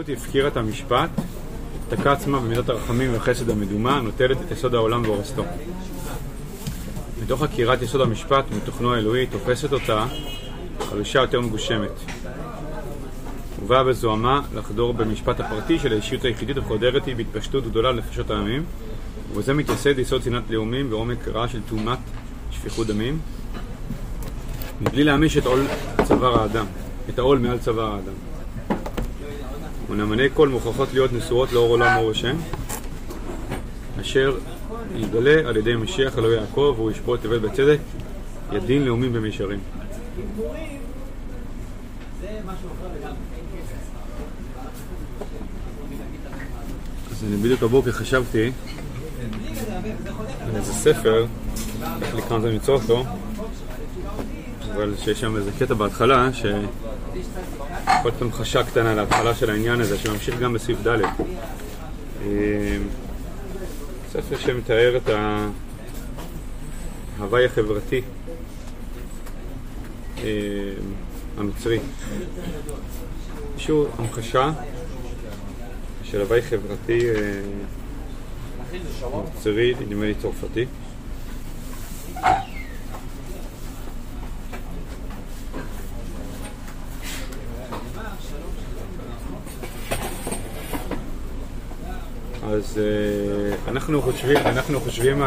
הגלות הפקירה את המשפט, תקעה עצמה במידת הרחמים והחסד המדומה, נוטלת את יסוד העולם והורסתו. מתוך הכירת יסוד המשפט מתוכנו האלוהי תופסת אותה חרישה יותר מגושמת. ובאה בזוהמה לחדור במשפט הפרטי של האישיות היחידית וחודרת היא בהתפשטות גדולה לנפשות העמים, ובזה מתייסד יסוד שנאת לאומים ועומק רע של תאומת שפיכות דמים, מבלי להמיש את עול צוואר האדם, את העול מעל צוואר האדם. ונאמני כל מוכרחות להיות נשואות לאור עולם אור השם, אשר יגלה על ידי משיח אלוהי יעקב, והוא ישפוט תבל בצדק, ידין לאומים במישרים. אז אני בדיוק הבוקר חשבתי על איזה ספר, איך לקרוא את זה למצוא אותו, אבל שיש שם איזה קטע בהתחלה כל פעם חשה קטנה להתחלה של העניין הזה שממשיך גם בסעיף ד'. ספר שמתאר את ההוואי החברתי המצרי. איזשהו המחשה של הוואי חברתי מצרי, נדמה לי צרפתי. אז אנחנו חושבים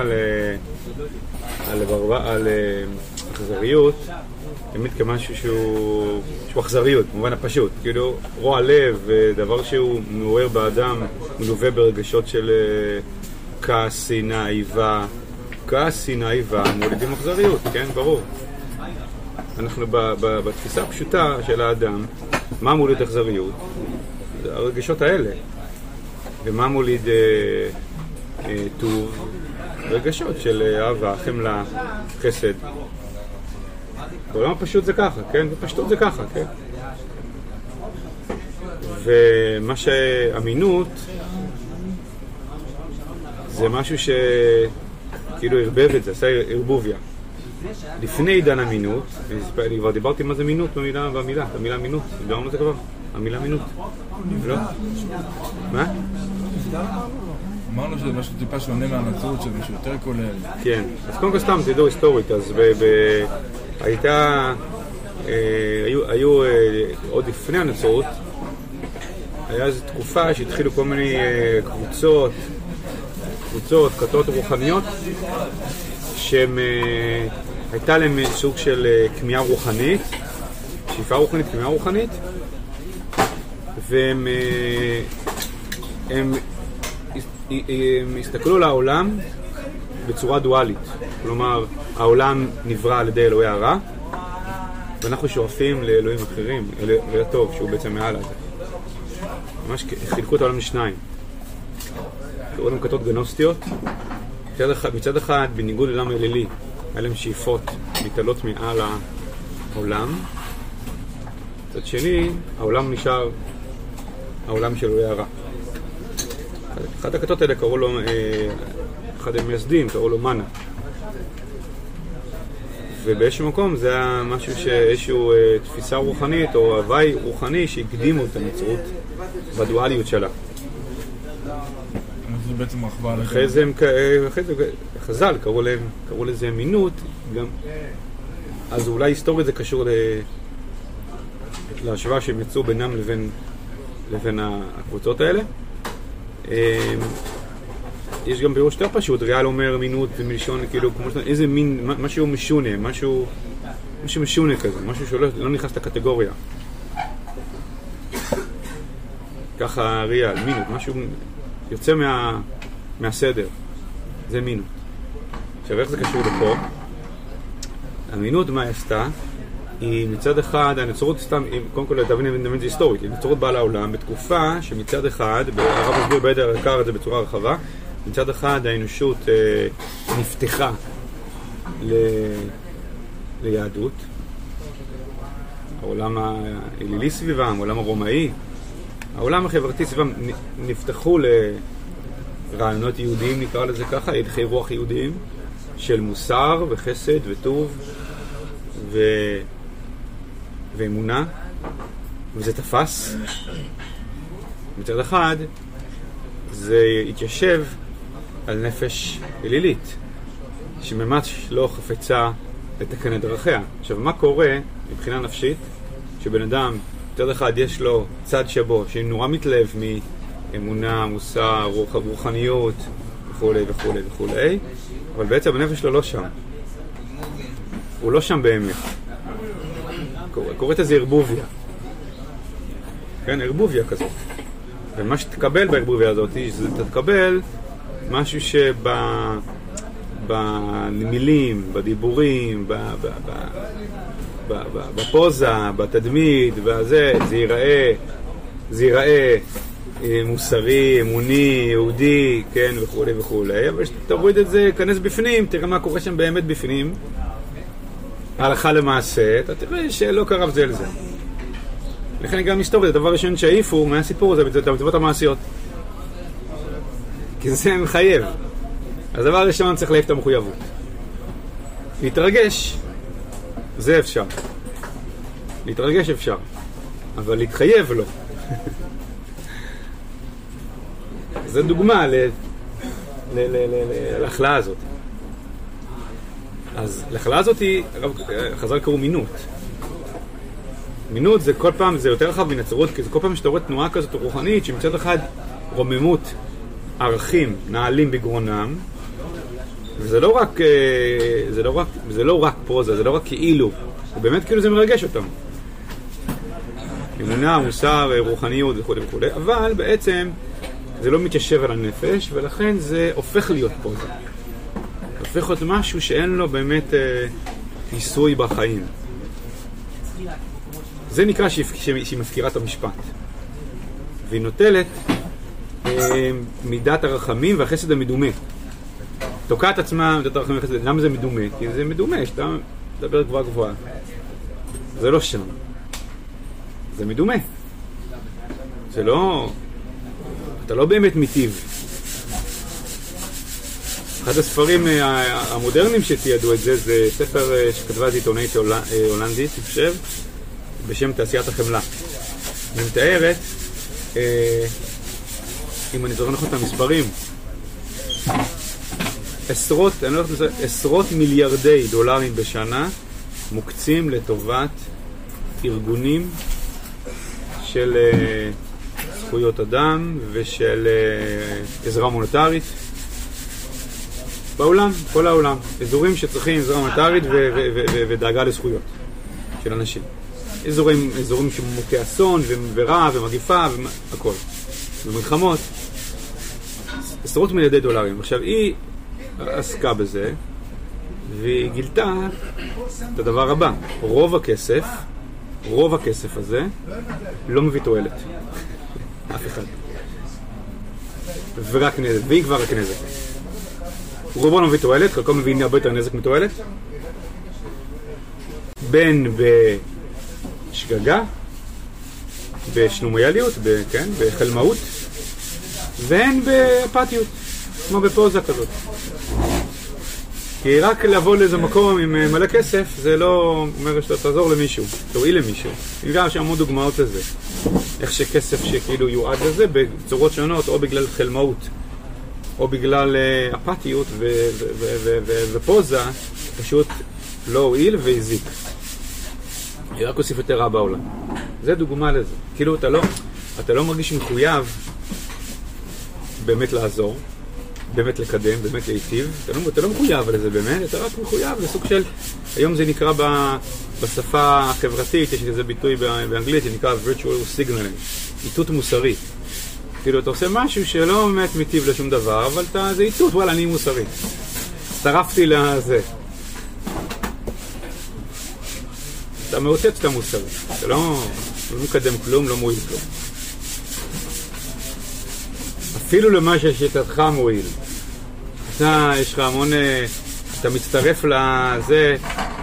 על אכזריות באמת כמשהו שהוא אכזריות, במובן הפשוט, כאילו רוע לב, דבר שהוא מעורר באדם, מלווה ברגשות של כעס, שנאה, איבה. כעס, שנאה, איבה מולידים אכזריות, כן, ברור. אנחנו בתפיסה הפשוטה של האדם, מה מוליד אכזריות? הרגשות האלה. ומה מוליד טוב? רגשות של אהבה, חמלה, חסד. בעולם הפשוט זה ככה, כן? בפשטות זה ככה, כן? ומה שאמינות זה משהו שכאילו הרבב את זה, עשה ערבוביה. לפני עידן אמינות, אני כבר דיברתי מה זה מינות במילה, המילה מינות, דיברנו על זה כבר, המילה מינות. לא? מה? אמרנו שזה משהו טיפה שונה מהנצרות, שמשהו יותר כולל. כן, אז קודם כל סתם תדעו היסטורית, אז היו עוד לפני הנצרות, היה איזו תקופה שהתחילו כל מיני קבוצות, כתות רוחניות, שהייתה להם סוג של כמיהה רוחנית, שאיפה רוחנית, כמיהה רוחנית, והם הסתכלו על העולם בצורה דואלית. כלומר, העולם נברא על ידי אלוהי הרע, ואנחנו שואפים לאלוהים אחרים, אלוהי הטוב, שהוא בעצם מעל הזה. ממש חילקו את העולם לשניים. קראו להם כתות גנוסטיות. מצד אחד, בניגוד לעולם האלילי, היה להם שאיפות מתעלות מעל העולם. מצד שני, העולם נשאר העולם של אלוהי הרע. אחת הכתות האלה קראו לו, אחד המייסדים, קראו לו מנה. ובאיזשהו מקום זה היה משהו שאיזשהו תפיסה רוחנית או הוואי רוחני שהקדימו את הנצרות בדואליות שלה. זה בעצם רחבה עליהם. אחרי זה חז"ל קראו לזה אמינות, אז אולי היסטורית זה קשור להשוואה שהם יצאו בינם לבין הקבוצות האלה. יש גם בירוש יותר פשוט, ריאל אומר מינות ומלשון כאילו כמו איזה מין, משהו משונה, משהו משונה כזה, משהו שלא נכנס לקטגוריה. ככה ריאל, מינות, משהו יוצא מהסדר, זה מינות. עכשיו איך זה קשור לפה? המינות מה היא עשתה? היא מצד אחד, הנצרות סתם, קודם כל נבין זה היסטורית, היא נצרות באה לעולם בתקופה שמצד אחד, הרב מסביר בעדר העיקר את זה בצורה רחבה, מצד אחד האנושות נפתחה ליהדות, העולם האלילי סביבם, העולם הרומאי, העולם החברתי סביבם נפתחו לרעיונות יהודיים, נקרא לזה ככה, הלכי רוח יהודיים של מוסר וחסד וטוב ואמונה, וזה תפס. מצד אחד, זה התיישב על נפש אלילית, שממש לא חפצה לתקן את דרכיה. עכשיו, מה קורה מבחינה נפשית, שבן אדם, מצד אחד יש לו צד שבו, שנורא מתלהב מאמונה, מוסר, רוחניות, וכו' וכו' וכו', אבל בעצם הנפש שלו לא שם. הוא לא שם באמת. קוראת איזה ערבוביה. כן, ערבוביה כזאת. ומה שתקבל בערבוביה הזאת, זה תקבל משהו במילים, בדיבורים, בפוזה, בתדמית, זה ייראה מוסרי, אמוני, יהודי, כן, וכו' וכו'. אבל שתוריד את זה, כנס בפנים, תראה מה קורה שם באמת בפנים. הלכה למעשה, אתה תראה שלא קרב זה לזה. לכן גם היסטוריה, הדבר ראשון שהעיפו מהסיפור הזה, את המצוות המעשיות. כי זה מחייב. אז הדבר ראשון צריך להעיף את המחויבות. להתרגש, זה אפשר. להתרגש אפשר. אבל להתחייב לא. זה דוגמה להחלאה הזאת. אז להחלאה הזאת חז"ל קראו מינות. מינות זה כל פעם, זה יותר רחב מנצרות, כי זה כל פעם שאתה רואה תנועה כזאת רוחנית, שמצד אחד רוממות ערכים נעלים בגרונם, וזה לא רק, זה לא רק פרוזה, זה לא רק כאילו, זה באמת כאילו זה מרגש אותם. אמונה, מוסר, רוחניות וכו' וכו', אבל בעצם זה לא מתיישב על הנפש, ולכן זה הופך להיות פרוזה. הופך להיות משהו שאין לו באמת כיסוי בחיים. זה נקרא שהיא מזכירה את המשפט. והיא נוטלת מידת הרחמים והחסד המדומה. תוקעת עצמה מידת הרחמים והחסד. למה זה מדומה? כי זה מדומה, שאתה מדבר גבוהה גבוהה. זה לא שם. זה מדומה. זה לא... אתה לא באמת מיטיב. אחד הספרים המודרניים שתיעדו את זה, זה ספר שכתבה את עיתונאית הולנדית, אני חושב, בשם תעשיית החמלה. היא מתארת, אם אני זוכר נכון את המספרים, עשרות מיליארדי דולרים בשנה מוקצים לטובת ארגונים של זכויות אדם ושל עזרה מוניטרית בעולם, כל העולם. אזורים שצריכים עזרה מוניטרית ודאגה לזכויות של אנשים. אזורים שמוכי אסון ורע ומגיפה והכל. ומלחמות. עשרות מיליארדי דולרים. עכשיו היא עסקה בזה והיא גילתה את הדבר הבא. רוב הכסף הזה לא מביא תועלת. אף אחד. ורק נזק. והיא כבר רק נזק. רובו לא מביא תועלת, חלקו מביא הרבה יותר נזק מתועלת. בין בשגגה, בשלומיאליות, בחלמאות, והן באפתיות, כמו בפוזה כזאת. כי רק לבוא לאיזה מקום עם מלא כסף, זה לא אומר שאתה תעזור למישהו, תועיל למישהו. בגלל שהמון דוגמאות לזה. איך שכסף שכאילו יועד לזה בצורות שונות, או בגלל חלמאות, או בגלל אפתיות ופוזה, פשוט לא הועיל והזיק. היא רק הוסיף יותר רע בעולם. זה דוגמה לזה. כאילו אתה לא מרגיש מחויב באמת לעזור, באמת לקדם, באמת להיטיב. אתה לא מחויב לזה באמת, אתה רק מחויב לסוג של, היום זה נקרא בשפה החברתית, יש איזה ביטוי באנגלית, זה נקרא virtual signaling, איתות מוסרי. כאילו אתה עושה משהו שלא באמת מיטיב לשום דבר, אבל זה איתות, וואלה, אני מוסרי. הצטרפתי לזה. אתה מאותת שאתה מוסרי. אתה לא מקדם כלום, לא מועיל כלום. אפילו למה ששיטתך מועיל. יש לך המון, אתה מצטרף לזה,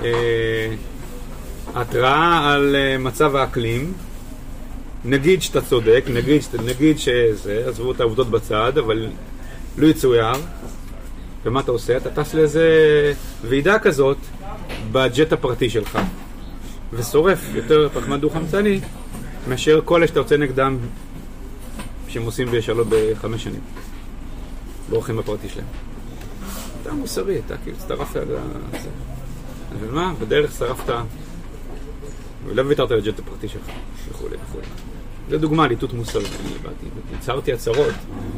התראה על מצב האקלים, נגיד שאתה צודק, נגיד שזה, עזבו את העובדות בצד, אבל לא יצויר. ומה אתה עושה? אתה טס לאיזה ועידה כזאת בג'ט הפרטי שלך, ושורף יותר פחמן דו-חמצני מאשר כל שאתה יוצא נגדם שהם עושים בשלום ב5 שנים. באורחים הפרטי שלהם. אתה מוסרי, אתה כאילו הצטרפת על זה. אבל מה? בדרך הצטרפת ולא ויתרת לג'ט הפרטי שלך, וכו' וכו'. זו דוגמה ליטות מוסרי. אני באתי, יצרתי הצהרות.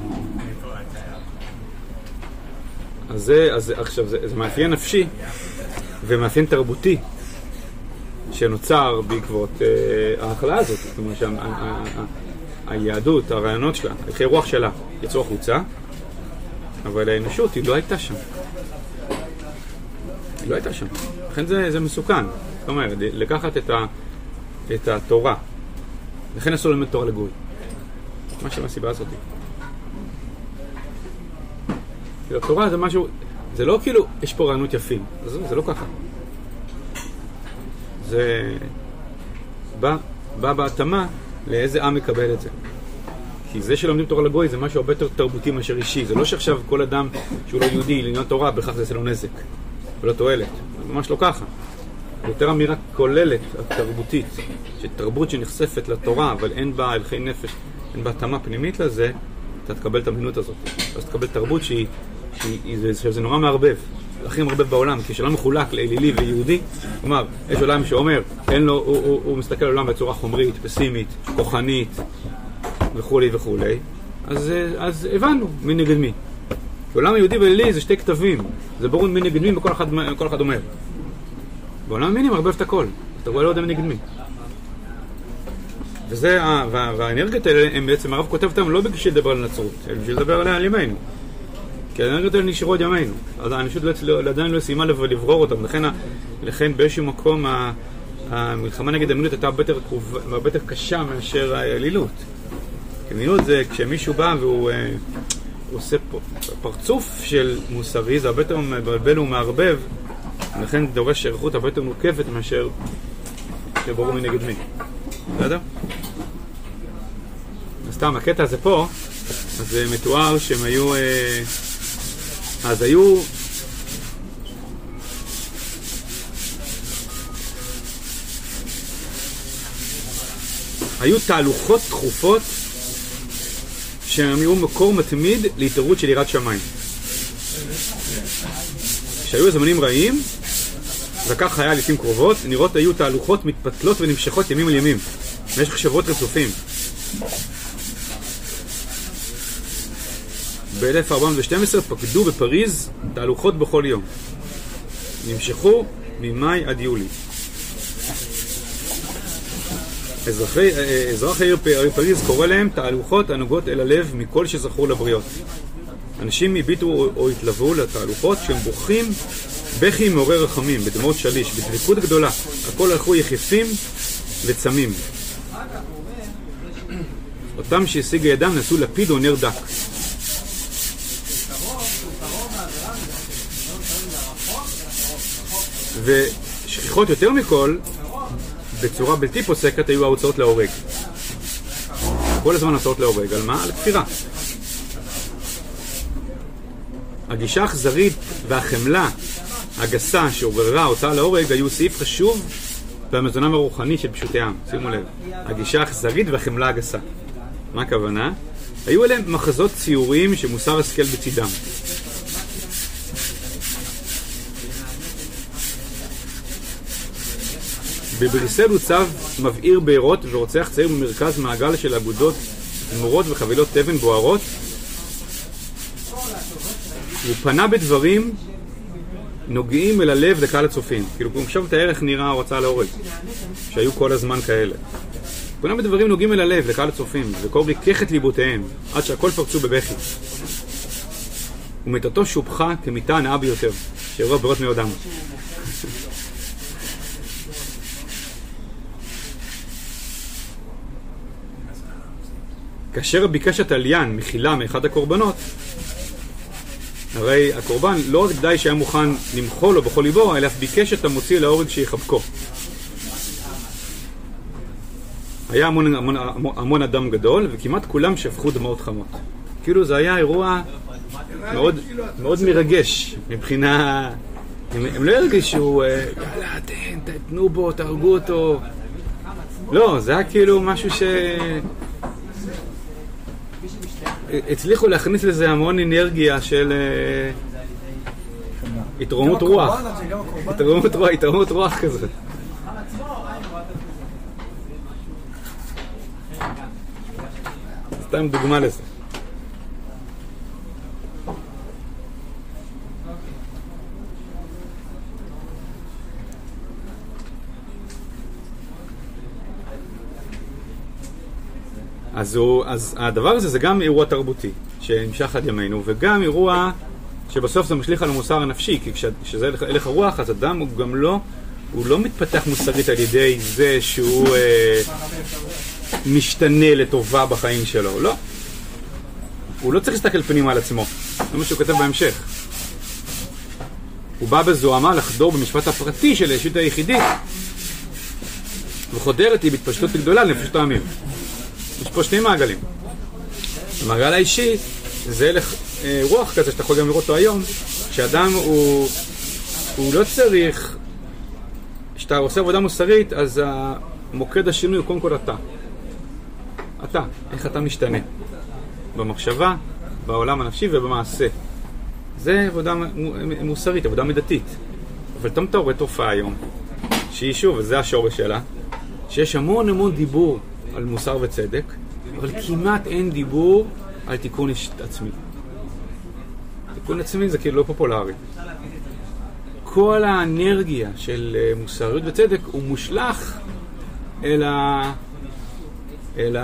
אז עכשיו, זה מאפיין נפשי ומאפיין תרבותי שנוצר בעקבות ההכלה הזאת. זאת אומרת שהיהדות, הרעיונות שלה, הלכי רוח שלה, יצאו החוצה, אבל האנושות היא לא הייתה שם. היא לא הייתה שם. לכן זה מסוכן. זאת אומרת, לקחת את התורה. לכן אסור ללמד תורה לגוי. מה שהסיבה הזאת. התורה זה משהו, זה לא כאילו, יש פה רעיונות יפים. זה לא ככה. זה בא בהתאמה לאיזה עם מקבל את זה. כי זה שלומדים תורה לגוי זה משהו הרבה יותר תרבותי מאשר אישי. זה לא שעכשיו כל אדם שהוא לא יהודי ללמוד תורה, בכך זה עושה לו נזק ולא תועלת. זה ממש לא ככה. זה יותר אמירה כוללת, התרבותית, שתרבות שנחשפת לתורה, אבל אין בה הלכי נפש, אין בה התאמה פנימית לזה, אתה תקבל את המינות הזאת. אז תקבל תרבות שזה נורא מערבב. הכי מערבב בעולם, כי שלא מחולק לאלילי ויהודי. כלומר, יש עולם שאומר, הוא מסתכל על עולם בצורה חומרית, פסימית, כוחנית, וכולי וכולי. אז הבנו מי נגד מי. בעולם היהודי ואלילי זה שתי כתבים. זה ברור מי נגד מי וכל אחד אומר. בעולם המיני מערבב את הכל. אתה רואה לא יודע מי נגד מי. והאנרגיות האלה, הם בעצם, הרב כותב אותם לא בשביל לדבר על נצרות, אלא בשביל לדבר עליה על ימינו. כי האנרגיות האלה נשארו עד ימינו. אז האנושות עדיין לא סיימה לברור אותם. לכן באיזשהו מקום המלחמה נגד המינות הייתה הרבה יותר קשה מאשר האלילות. כי מינות זה כשמישהו בא והוא עושה פרצוף של מוסרי, זה הרבה יותר מבלבל ומערבב, לכן דורש ערכות הרבה יותר מורכבת מאשר שברור מי נגד מי. בסדר? סתם, הקטע הזה פה, אז זה מתואר שהם היו... אז היו תהלוכות תכופות שהם היו מקור מתמיד להתעוררות של יראת שמיים. כשהיו זמנים רעים, וכך היה לעתים קרובות, נראות היו תהלוכות מתפתלות ונמשכות ימים על ימים, במשך שבועות רצופים. ב-1412 פקדו בפריז תהלוכות בכל יום. נמשכו ממאי עד יולי. אזרח העיר פריז קורא להם תהלוכות הנוגעות אל הלב מכל שזכרו לבריות. אנשים הביטו או התלוו לתהלוכות שהם בוכים בכי מעורר רחמים, בדמעות שליש, בדבקות גדולה. הכל הלכו יחפים וצמים. אותם שהשיג ידם נשאו לפיד או נר דק. ושכיחות יותר מכל, בצורה בלתי פוסקת, היו ההוצאות להורג. כל הזמן הוצאות להורג. על מה? על כפירה. הגישה האכזרית והחמלה הגסה שעוררה ההוצאה להורג היו סעיף חשוב במזונם הרוחני של פשוטי העם. שימו לב. הגישה האכזרית והחמלה הגסה. מה הכוונה? היו אליהם מחזות ציוריים שמוסר השכל בצידם. בבריסל הוצב מבעיר בעירות ורוצח צעיר במרכז מעגל של אגודות תמורות וחבילות תבן בוערות. הוא פנה בדברים נוגעים אל הלב לקהל הצופים. כאילו, הוא חושב את הערך נראה ההוצאה להורג, שהיו כל הזמן כאלה. פנה בדברים נוגעים אל הלב לקהל הצופים, וכל ריכך את ליבותיהם, עד שהכל פרצו בבכי. ומיתתו שופחה כמיתה הנאה ביותר, שאירוע ברות מאודם. כאשר ביקש התליין מחילה מאחד הקורבנות, הרי הקורבן לא רק די שהיה מוכן למחול לו בכל ליבו, אלא ביקש את המוציא להורג שיחבקו. היה המון אדם גדול, וכמעט כולם שפכו דמעות חמות. כאילו זה היה אירוע מאוד, מאוד מרגש מבחינה... הם לא הרגישו, יאללה, תתנו בו, תהרגו אותו. לא, זה היה כאילו משהו הצליחו להכניס לזה המון אנרגיה של התרוממות רוח. התרוממות רוח כזה. סתם דוגמה לזה. אז הדבר הזה זה גם אירוע תרבותי שנמשך עד ימינו, וגם אירוע שבסוף זה משליך על המוסר הנפשי, כי כשזה הלך הרוח, אז אדם הוא גם לא מתפתח מוסרית על ידי זה שהוא משתנה לטובה בחיים שלו, לא. הוא לא צריך להסתכל פנימה על עצמו, זה מה שהוא כתב בהמשך. הוא בא בזוהמה לחדור במשפט הפרטי של הישות היחידית, וחודרת היא בהתפשטות גדולה לנפשות העמים. יש פה שני מעגלים. המעגל האישי זה הלך רוח כזה שאתה יכול גם לראות אותו היום, שאדם הוא לא צריך, כשאתה עושה עבודה מוסרית, אז המוקד השינוי הוא קודם כל אתה, איך אתה משתנה במחשבה, בעולם הנפשי ובמעשה. זה עבודה מוסרית, עבודה מדתית. אבל תום אתה רואה תופעה היום שהיא שוב, וזה השורש שלה, שיש המון דיבור על מוסר וצדק, אבל כמעט אין דיבור על תיקון עצמי. תיקון עצמי זה כאילו לא פופולרי. כל האנרגיה של מוסריות וצדק הוא מושלך אל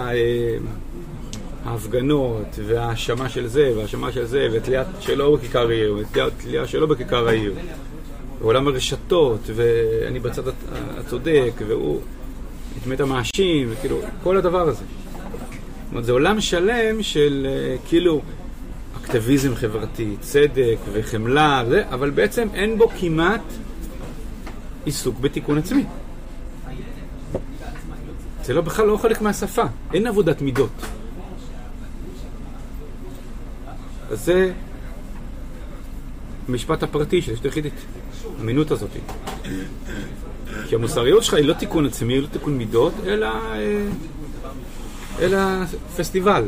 ההפגנות וההאשמה של זה וההאשמה של זה ותלייה שלו בכיכר העיר ותלייה שלו בכיכר העיר ועולם הרשתות ואני בצד הצודק והוא את המאשים וכאילו כל הדבר הזה. זאת אומרת, זה עולם שלם של כאילו אקטיביזם חברתי, צדק וחמלה, אבל בעצם אין בו כמעט עיסוק בתיקון עצמי. זה לא בכלל לא חלק מהשפה, אין עבודת מידות. אז זה המשפט הפרטי של הישות היחידית, האמינות הזאת. כי המוסריות שלך היא לא תיקון עצמי, היא לא תיקון מידות, אלא פסטיבל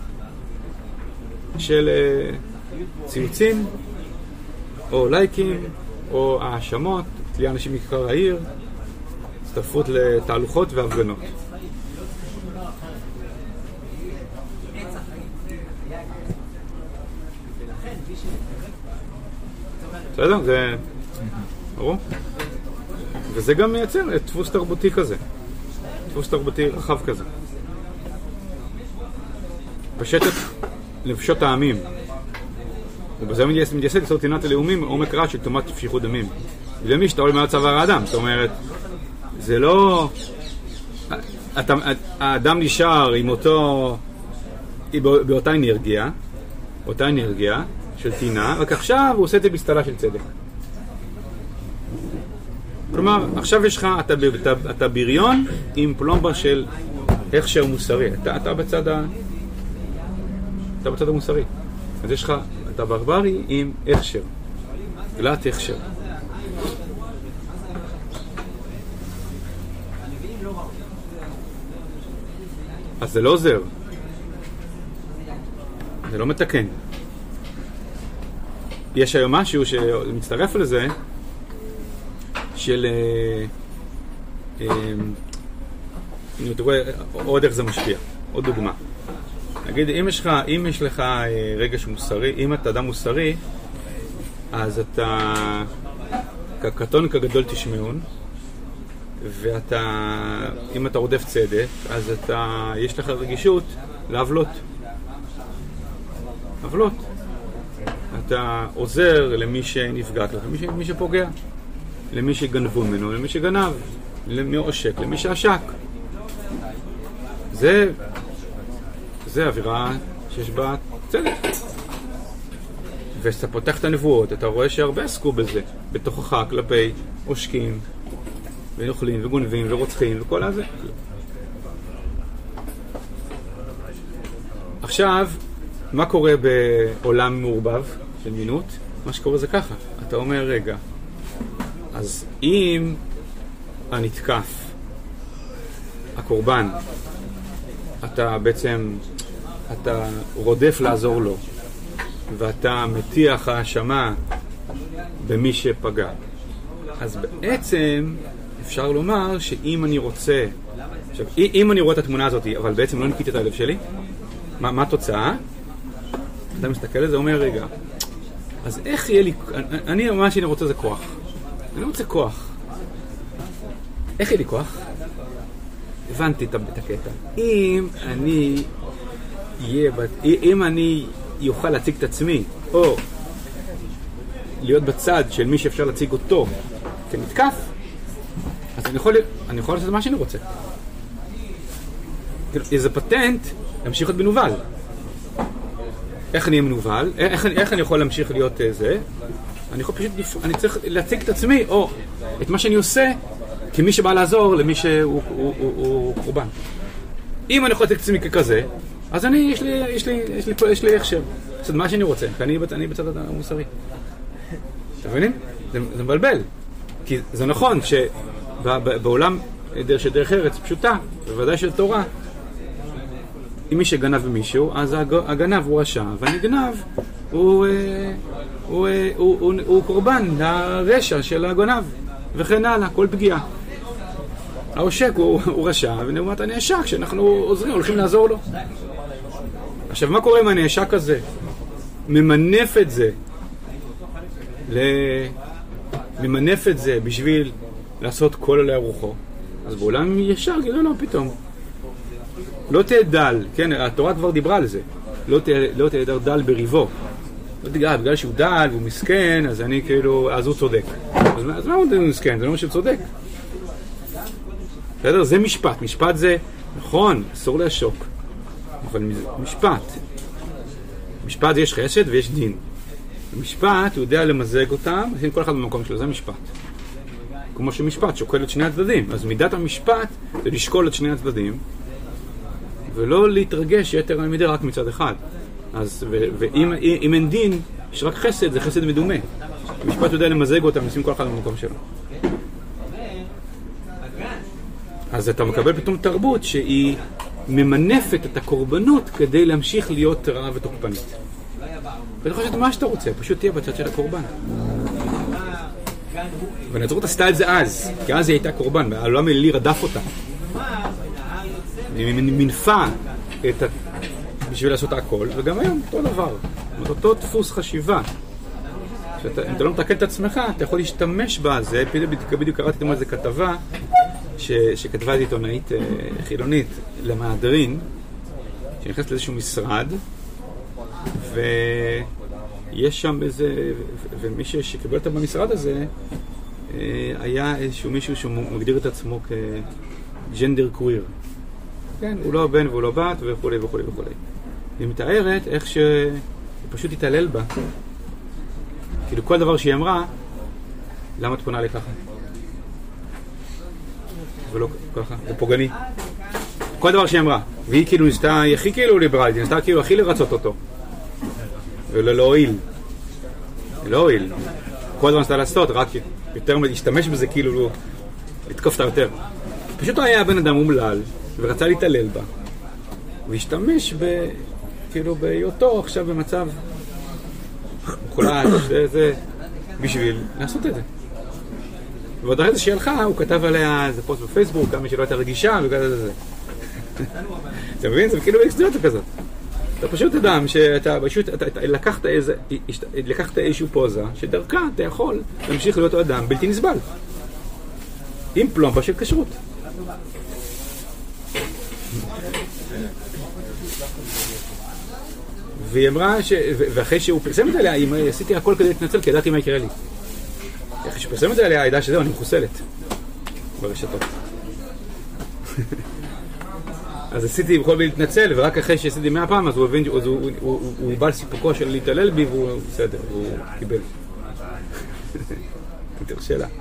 של ציוצים או לייקים או האשמות, תלייה אנשים מכיכר העיר, הצטרפות לתהלוכות והפגנות. בסדר? זה ברור? וזה גם מייצר דפוס תרבותי כזה, דפוס תרבותי רחב כזה. פשטת לפשוט העמים, ובזה מתייסד יסוד תינת הלאומים עומק רע של תומת שפיכות דמים. למי שאתה עולה מעל צוואר האדם, זאת אומרת, זה לא... האדם נשאר עם באותה אנרגיה של תינה, רק עכשיו הוא עושה את זה בסתלה של צדק. כלומר, עכשיו יש לך, אתה בריון עם פלומבה של הכשר מוסרי. אתה בצד המוסרי. אז יש לך, אתה ברברי עם הכשר. גלת הכשר. אז זה לא עוזר. זה לא מתקן. יש היום משהו שמצטרף לזה, של עוד איך זה משפיע. עוד דוגמה. נגיד, אם יש לך רגש מוסרי, אם אתה אדם מוסרי, אז אתה כקטון כגדול תשמעון, אם אתה רודף צדק, אז יש לך רגישות לעוולות. עוולות. אתה עוזר למי שנפגע, למי שפוגע. למי שגנבו ממנו, למי שגנב, למי עושק, למי שעשק. זה אווירה שיש בה צדק. וכשאתה פותח את הנבואות, אתה רואה שהרבה עסקו בזה, בתוכך כלפי עושקים, ונוכלים, וגונבים, ורוצחים, וכל הזה. עכשיו, מה קורה בעולם מעורבב של מינות? מה שקורה זה ככה. אתה אומר, רגע, אז אם הנתקף, הקורבן, אתה בעצם אתה רודף לעזור לו, ואתה מטיח האשמה במי שפגע. אז בעצם אפשר לומר שאם אני רוצה, עכשיו, אם אני רואה את התמונה הזאת, אבל בעצם לא ניקיתי את הלב שלי, מה התוצאה? אתה מסתכל על זה, אומר, רגע, אז איך יהיה לי, מה שאני רוצה זה כוח. אני רוצה כוח. איך יהיה לי כוח? הבנתי את הקטע. אם אני יוכל להציג את עצמי, או להיות בצד של מי שאפשר להציג אותו כמתקף, אז אני יכול לעשות מה שאני רוצה. איזה פטנט להמשיך להיות מנובל. איך אני אהיה מנובל? איך אני יכול להמשיך להיות זה? אני צריך להציג את עצמי, או את מה שאני עושה, כמי שבא לעזור למי שהוא קורבן. אם אני יכול להציג את עצמי ככזה, אז יש לי הכשר. לעשות מה שאני רוצה, כי אני בצד המוסרי. אתם מבינים? זה מבלבל. כי זה נכון שבעולם דרך ארץ פשוטה, בוודאי של תורה, אם מי שגנב במישהו, אז הגנב הוא רשע, והנגנב הוא קורבן לרשע של הגנב, וכן הלאה, כל פגיעה. העושק הוא רשע, ונאמרת הנעשק, כשאנחנו עוזרים, הולכים לעזור לו. עכשיו, מה קורה עם הנעשק הזה? ממנף את זה בשביל לעשות כל עלי רוחו. אז בעולם ישר גידו לו פתאום. לא תהיה דל, כן, התורה כבר דיברה על זה. לא תהיה דל בריבו. לא תגיד, בגלל שהוא דל והוא מסכן, אז אני כאילו, אז הוא צודק. אז מה הוא מסכן? זה לא מה שצודק. בסדר? זה משפט. משפט זה, נכון, אסור להשוק. אבל משפט יש חסד ויש דין. במשפט הוא יודע למזג אותם, אז כל אחד במקום שלו, זה משפט. כמו שמשפט שוקל את שני הצדדים. אז מידת המשפט זה לשקול את שני הצדדים, ולא להתרגש יתר על מידה רק מצד אחד. אז, ואם אין דין, יש רק חסד, זה חסד מדומה. המשפט יודע למזג אותם, לשים כל אחד במקום שלו. אז אתה מקבל פתאום תרבות שהיא ממנפת את הקורבנות כדי להמשיך להיות רעה ותוקפנית. ואתה חושב מה שאתה רוצה, פשוט תהיה בצד של הקורבן. והנצרות עשתה את זה אז, כי אז היא הייתה קורבן, העולם האלילי רדף אותה. היא מנפה בשביל לעשות הכל, וגם היום אותו דבר, אותו דפוס חשיבה. אם אתה לא מתקן את עצמך, אתה יכול להשתמש בה. זה בדיוק קראתי על זה כתבה שכתבה את עיתונאית חילונית למהדרין, שנכנסת לאיזשהו משרד, ויש שם איזה, ומי שקיבל אותה במשרד הזה היה איזשהו מישהו שמגדיר את עצמו כג'נדר קוויר. כן, הוא לא בן והוא לא בת וכו' וכו' וכו'. היא מתארת איך שהוא פשוט התעלל בה. כאילו כל דבר שהיא אמרה, למה את פונה לי ככה? ולא ככה, זה פוגעני. כל דבר שהיא אמרה. והיא כאילו נסתה, היא הכי כאילו ליברלית, היא נסתה כאילו הכי לרצות אותו. ולא הועיל. היא לא הועיל. כל דבר נסתה לעשות, רק יותר להשתמש בזה כאילו, לתקוף אותה יותר. פשוט היה בן אדם אומלל, ורצה להתעלל בה. והשתמש כאילו בהיותו עכשיו במצב חולש, זה בשביל לעשות את זה. ועוד אחרי זה שהיא הלכה, הוא כתב עליה איזה פוסט בפייסבוק, גם מי שלא הייתה רגישה וכזה זה. אתה מבין? זה כאילו באקסטרציה כזאת. אתה פשוט אדם שאתה פשוט, לקחת איזשהו פוזה, שדרכה אתה יכול להמשיך להיות אדם בלתי נסבל. עם פלומבה של כשרות. והיא אמרה ואחרי שהוא פרסם את עליה, עשיתי הכל כדי להתנצל, כי ידעתי מה יקרה לי. אחרי שפרסם את זה עליה, ידעה שזהו, אני מחוסלת ברשתות. אז עשיתי בכל בי להתנצל, ורק אחרי שעשיתי 100 פעם, אז הוא הבין, הוא בא לסיפוקו של להתעלל בי, והוא בסדר, והוא קיבל. תרשה לה.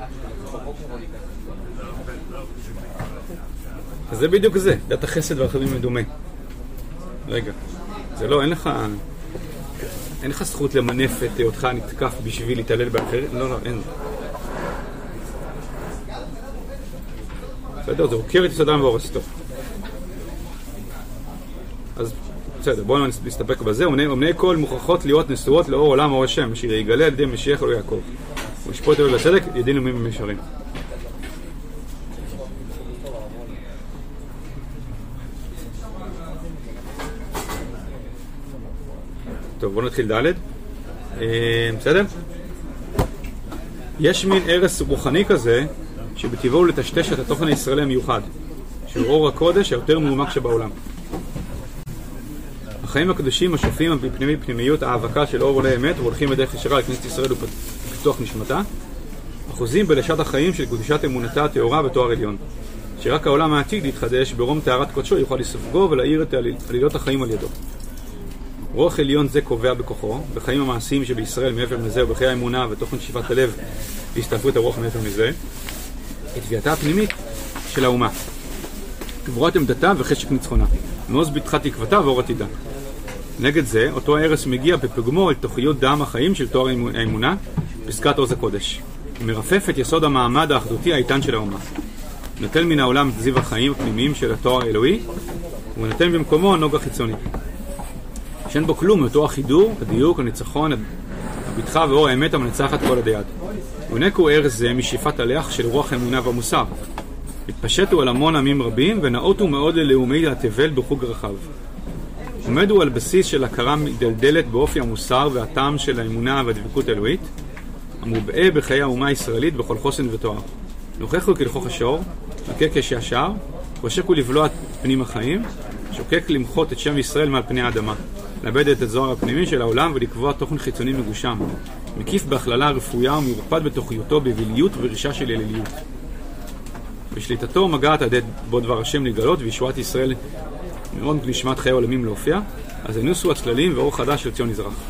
אז זה בדיוק זה, דת החסד והרחמים מדומה. רגע, זה לא, אין לך זכות למנף את אותך נתקף בשביל להתעלל באחרים? לא, אין. בסדר, זה עוקר את יסודם והורסתו. אז בסדר, בואו נסתפק בזה. ומני כל מוכרחות להיות נשואות לאור עולם אור השם, אשר יגלה על ידי משיח אלוהי יעקב. וישפוט אלוהי לצדק, ידין ומי במישרים. טוב, בואו נתחיל ד'. בסדר? יש מין ערס רוחני כזה, שבטבעו הוא לטשטש את התוכן הישראלי המיוחד, שהוא אור הקודש היותר מעומק שבעולם. החיים הקדושים השופעים בפנימיות האבקה של אור עולי אמת והולכים בדרך ישרה לכנסת ישראל ופיתוח נשמתה, אחוזים בלשת החיים של קדושת אמונתה הטהורה בתואר עליון, שרק העולם העתיד יתחדש ברום טהרת קודשו יוכל לספגו ולהאיר את עלילות החיים על ידו. רוח עליון זה קובע בכוחו, בחיים המעשיים שבישראל מעבר מזה ובחיי האמונה ותוכן שאיפת הלב והסתעפות הרוח מעבר מזה, את תביעתה הפנימית של האומה, גבורת עמדתה וחשק ניצחונה, מעוז ביטחה תקוותה ואור עתידה. נגד זה, אותו הערס מגיע בפגמו אל תוכיות דם החיים של תואר האמונה, פסקת עוז הקודש. מרפף את יסוד המעמד האחדותי האיתן של האומה. נוטל מן העולם את זיו החיים הפנימיים של התואר האלוהי, ונותן במקומו נוגה חיצוני. שאין בו כלום מאותו החידור, הדיוק, הניצחון, הביטחה ואור האמת המנצחת כל עדי יד. ונקו ערס זה משאיפת הלך של רוח האמונה והמוסר. התפשטו על המון עמים רבים ונאותו מאוד ללאומי התבל בחוג רחב. עומדו על בסיס של הכרה מדלדלת באופי המוסר והטעם של האמונה והדבקות האלוהית, המובעה בחיי האומה הישראלית בכל חוסן ותואר. נוכחו כלכוך השור, נקק כשישר, ושקו לבלוע את פנים החיים, שוקק למחות את שם ישראל מעל פני האדמה, לאבד את הזוהר הפנימי של העולם ולקבוע תוכן חיצוני מגושם, מקיף בהכללה רפויה ומרופד בתוכיותו בביליות ורישה של אליליות. בשליטתו מגעת עד בו דבר השם לגלות וישועת ישראל מאוד נשמת חיי עולמים להופיע, אז הנוסו הצללים ואור חדש של ציון מזרח.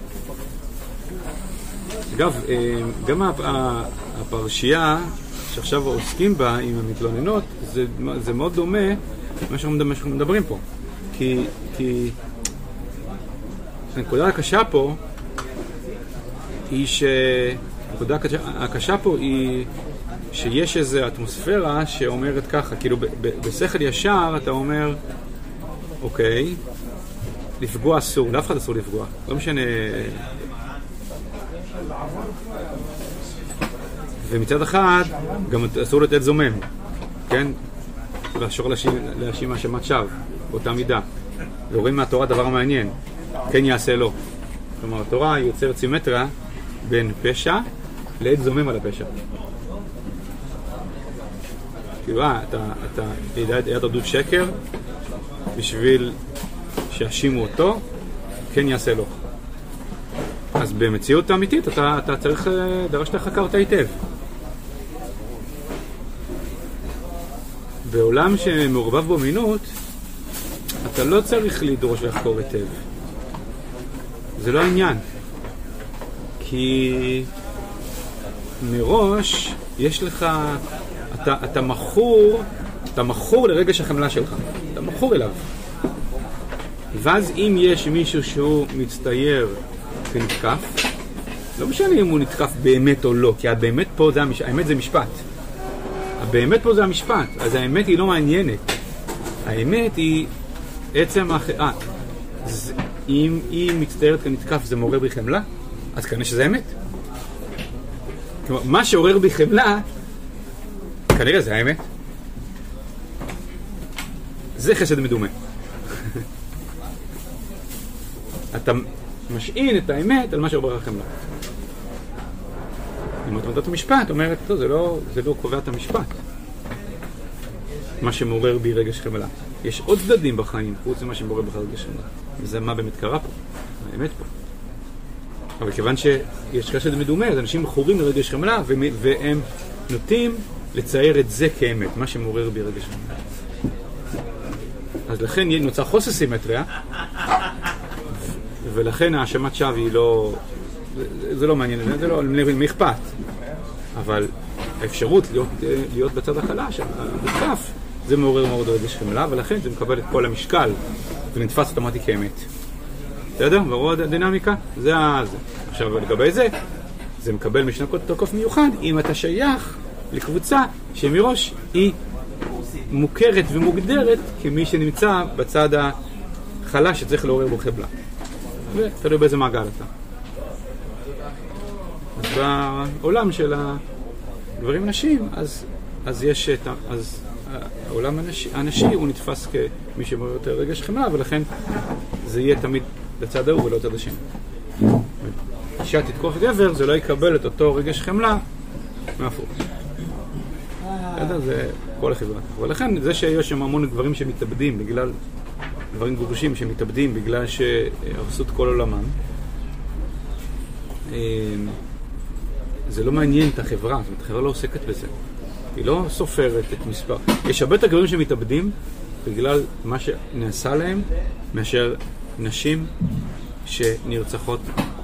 אגב, גם הפרשייה שעכשיו עוסקים בה עם המתלוננות, זה מאוד דומה למה שאנחנו מדברים פה. כי הנקודה הקשה פה היא הנקודה הקשה פה היא שיש איזו אטמוספירה שאומרת ככה, כאילו בשכל ישר אתה אומר, אוקיי, לפגוע אסור, לאף אחד אסור לפגוע, לא משנה. ומצד אחד גם אסור לתת זומם, כן? ואשור להאשים האשמת שווא באותה מידה. ורואים מהתורה דבר מעניין, כן יעשה לו. כלומר, התורה יוצרת סימטריה בין פשע לעד זומם על הפשע. כאילו, אתה יד עדות שקר בשביל שיאשימו אותו, כן יעשה לו. אז במציאות האמיתית אתה צריך דרש לחקר אותה היטב. בעולם שמעורבב בו מינות, אתה לא צריך לדרוש ולחקור היטב. זה לא העניין. כי מראש יש לך, אתה מכור לרגש החמלה שלך. אתה מכור אליו. ואז אם יש מישהו שהוא מצטייר כנתקף, לא משנה אם הוא נתקף באמת או לא, כי הבאמת פה זה האמת זה משפט. הבאמת פה זה המשפט, אז האמת היא לא מעניינת. האמת היא עצם אם היא מצטיירת כנתקף זה מעורר בי חמלה, אז כנראה שזה האמת. כלומר, מה שעורר בי חמלה, כנראה זה האמת. זה חסד מדומה. אתה משעין את האמת על מה שעורר חמלה. אם אתה מדעת המשפט, אומרת, טוב, זה לא קובע את המשפט. מה שמעורר בי רגש חמלה. יש עוד צדדים בחיים, חוץ ממה שמעורר בך רגש חמלה. וזה מה באמת קרה פה. האמת פה. אבל כיוון שיש חסד מדומה, אז אנשים מכורים לרגש חמלה, והם נוטים לצייר את זה כאמת, מה שמעורר בי רגש חמלה. אז לכן נוצר חוסר סימטריה, ולכן האשמת שווא היא לא... זה לא מעניין, זה לא מי אכפת. אבל האפשרות להיות בצד החלש, המותקף, זה מעורר מאוד רגש חמלה, ולכן זה מקבל את כל המשקל ונתפס אוטומטי כאמת. בסדר? ברור הדינמיקה? זה. עכשיו, לגבי זה, זה מקבל משנה תוקף מיוחד אם אתה שייך לקבוצה שמראש היא מוכרת ומוגדרת כמי שנמצא בצד חלש שצריך לעורר בו חבלה. ותלוי באיזה מעגל אתה. אז בעולם של הגברים נשים, אז יש אז העולם הנשי הוא נתפס כמי שמראה יותר רגש חמלה, ולכן זה יהיה תמיד לצד ההוא ולא לצד השני. אישה תתקוף גבר, זה לא יקבל את אותו רגש חמלה מהפוך. זה כל החברה. ולכן זה שיש שם המון גברים שמתאבדים בגלל דברים גרושים שמתאבדים בגלל שהרסו את כל עולמם, זה לא מעניין את החברה, זאת אומרת, החברה לא עוסקת בזה. היא לא סופרת את מספר. יש הרבה את הגברים שמתאבדים בגלל מה שנעשה להם מאשר נשים שנרצחות